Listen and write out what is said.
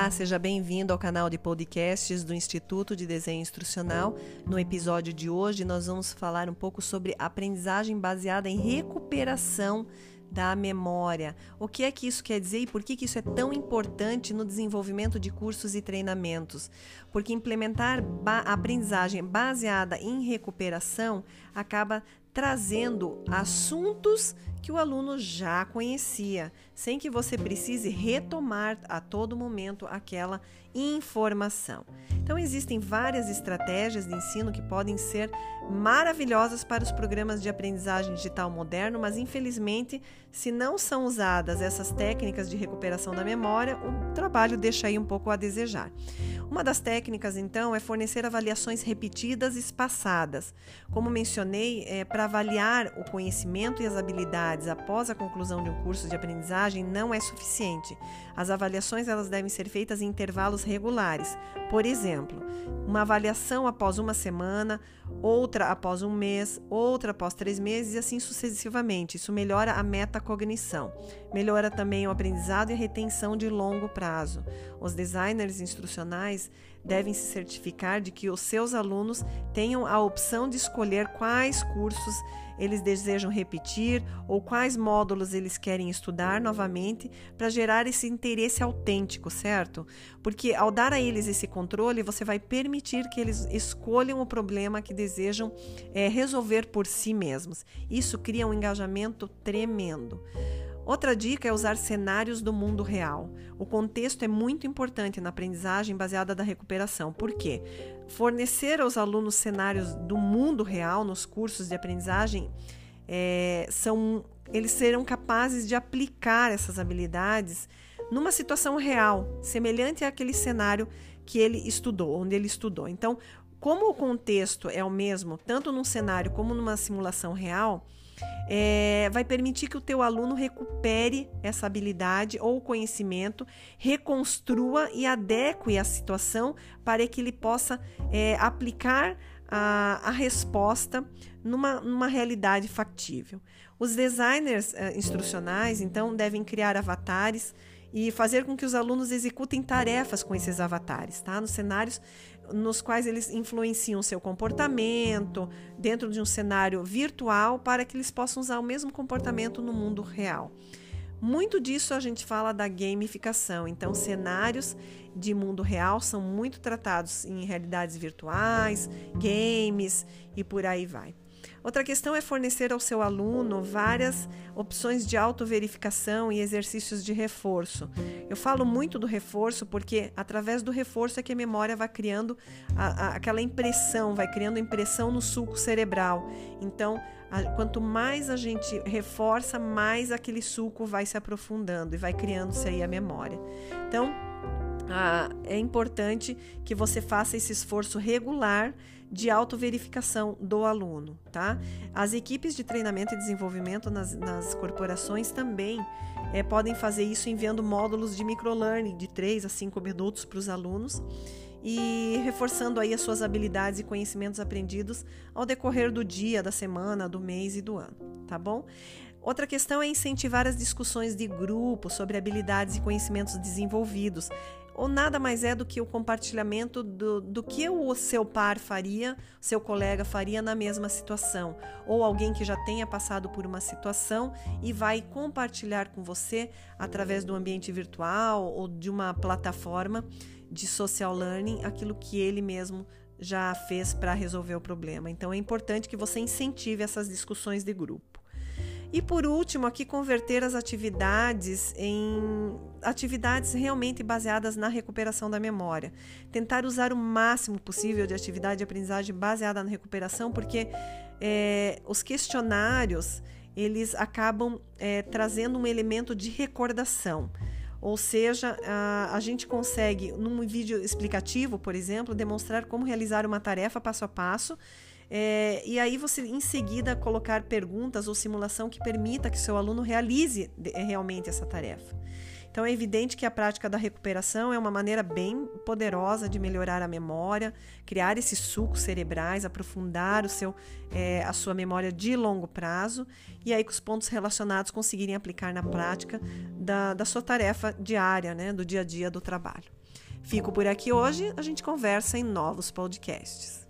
Olá, seja bem-vindo ao canal de podcasts do Instituto de Desenho Instrucional. No episódio de hoje, nós vamos falar um pouco sobre aprendizagem baseada em recuperação da memória. O que é que isso quer dizer e por que isso é tão importante no desenvolvimento de cursos e treinamentos? Porque implementar aprendizagem baseada em recuperação acaba trazendo assuntos que o aluno já conhecia, sem que você precise retomar a todo momento aquela informação. Então, existem várias estratégias de ensino que podem ser maravilhosas para os programas de aprendizagem digital moderno, mas infelizmente, se não são usadas essas técnicas de recuperação da memória, o trabalho deixa aí um pouco a desejar. Uma das técnicas, então, é fornecer avaliações repetidas e espaçadas. Como mencionei, para avaliar o conhecimento e as habilidades após a conclusão de um curso de aprendizagem não é suficiente. As avaliações elas devem ser feitas em intervalos regulares. Por exemplo, uma avaliação após uma semana, outra após um mês, outra após 3 meses e assim sucessivamente. Isso melhora a metacognição. Melhora também o aprendizado e a retenção de longo prazo. Os designers instrucionais devem se certificar de que os seus alunos tenham a opção de escolher quais cursos eles desejam repetir ou quais módulos eles querem estudar novamente para gerar esse interesse autêntico, certo? Porque ao dar a eles esse controle, você vai permitir que eles escolham o problema que desejam resolver por si mesmos. Isso cria um engajamento tremendo. Outra dica é usar cenários do mundo real. O contexto é muito importante na aprendizagem baseada na recuperação. Por quê? Fornecer aos alunos cenários do mundo real nos cursos de aprendizagem, eles serão capazes de aplicar essas habilidades numa situação real, semelhante àquele cenário que ele estudou, onde ele estudou. Então, como o contexto é o mesmo, tanto num cenário como numa simulação real, vai permitir que o teu aluno recupere essa habilidade ou conhecimento, reconstrua e adeque a situação para que ele possa aplicar a resposta numa realidade factível. Os designers instrucionais, então, devem criar avatares e fazer com que os alunos executem tarefas com esses avatares, tá? Nos cenários nos quais eles influenciam seu comportamento dentro de um cenário virtual para que eles possam usar o mesmo comportamento no mundo real. Muito disso a gente fala da gamificação, então cenários de mundo real são muito tratados em realidades virtuais, games e por aí vai. Outra questão é fornecer ao seu aluno várias opções de autoverificação e exercícios de reforço. Eu falo muito do reforço porque através do reforço é que a memória vai criando aquela impressão, vai criando impressão no sulco cerebral. Então, quanto mais a gente reforça, mais aquele sulco vai se aprofundando e vai criando-se aí a memória. Então, é importante que você faça esse esforço regular de autoverificação do aluno, tá? As equipes de treinamento e desenvolvimento nas corporações também podem fazer isso enviando módulos de microlearning de 3 a 5 minutos para os alunos e reforçando aí as suas habilidades e conhecimentos aprendidos ao decorrer do dia, da semana, do mês e do ano, tá bom? Outra questão é incentivar as discussões de grupo sobre habilidades e conhecimentos desenvolvidos, ou nada mais é do que o compartilhamento do que o seu par faria, seu colega faria na mesma situação, ou alguém que já tenha passado por uma situação e vai compartilhar com você através do ambiente virtual ou de uma plataforma de social learning aquilo que ele mesmo já fez para resolver o problema. Então é importante que você incentive essas discussões de grupo. E por último, aqui converter as atividades em atividades realmente baseadas na recuperação da memória. Tentar usar o máximo possível de atividade de aprendizagem baseada na recuperação, porque os questionários, eles acabam trazendo um elemento de recordação. Ou seja, a gente consegue, num vídeo explicativo, por exemplo, demonstrar como realizar uma tarefa passo a passo, e aí você em seguida colocar perguntas ou simulação que permita que seu aluno realize realmente essa tarefa. Então é evidente que a prática da recuperação é uma maneira bem poderosa de melhorar a memória, criar esses sulcos cerebrais, aprofundar a sua memória de longo prazo e aí com os pontos relacionados conseguirem aplicar na prática da sua tarefa diária, né, do dia a dia do trabalho. Fico por aqui hoje, a gente conversa em novos podcasts.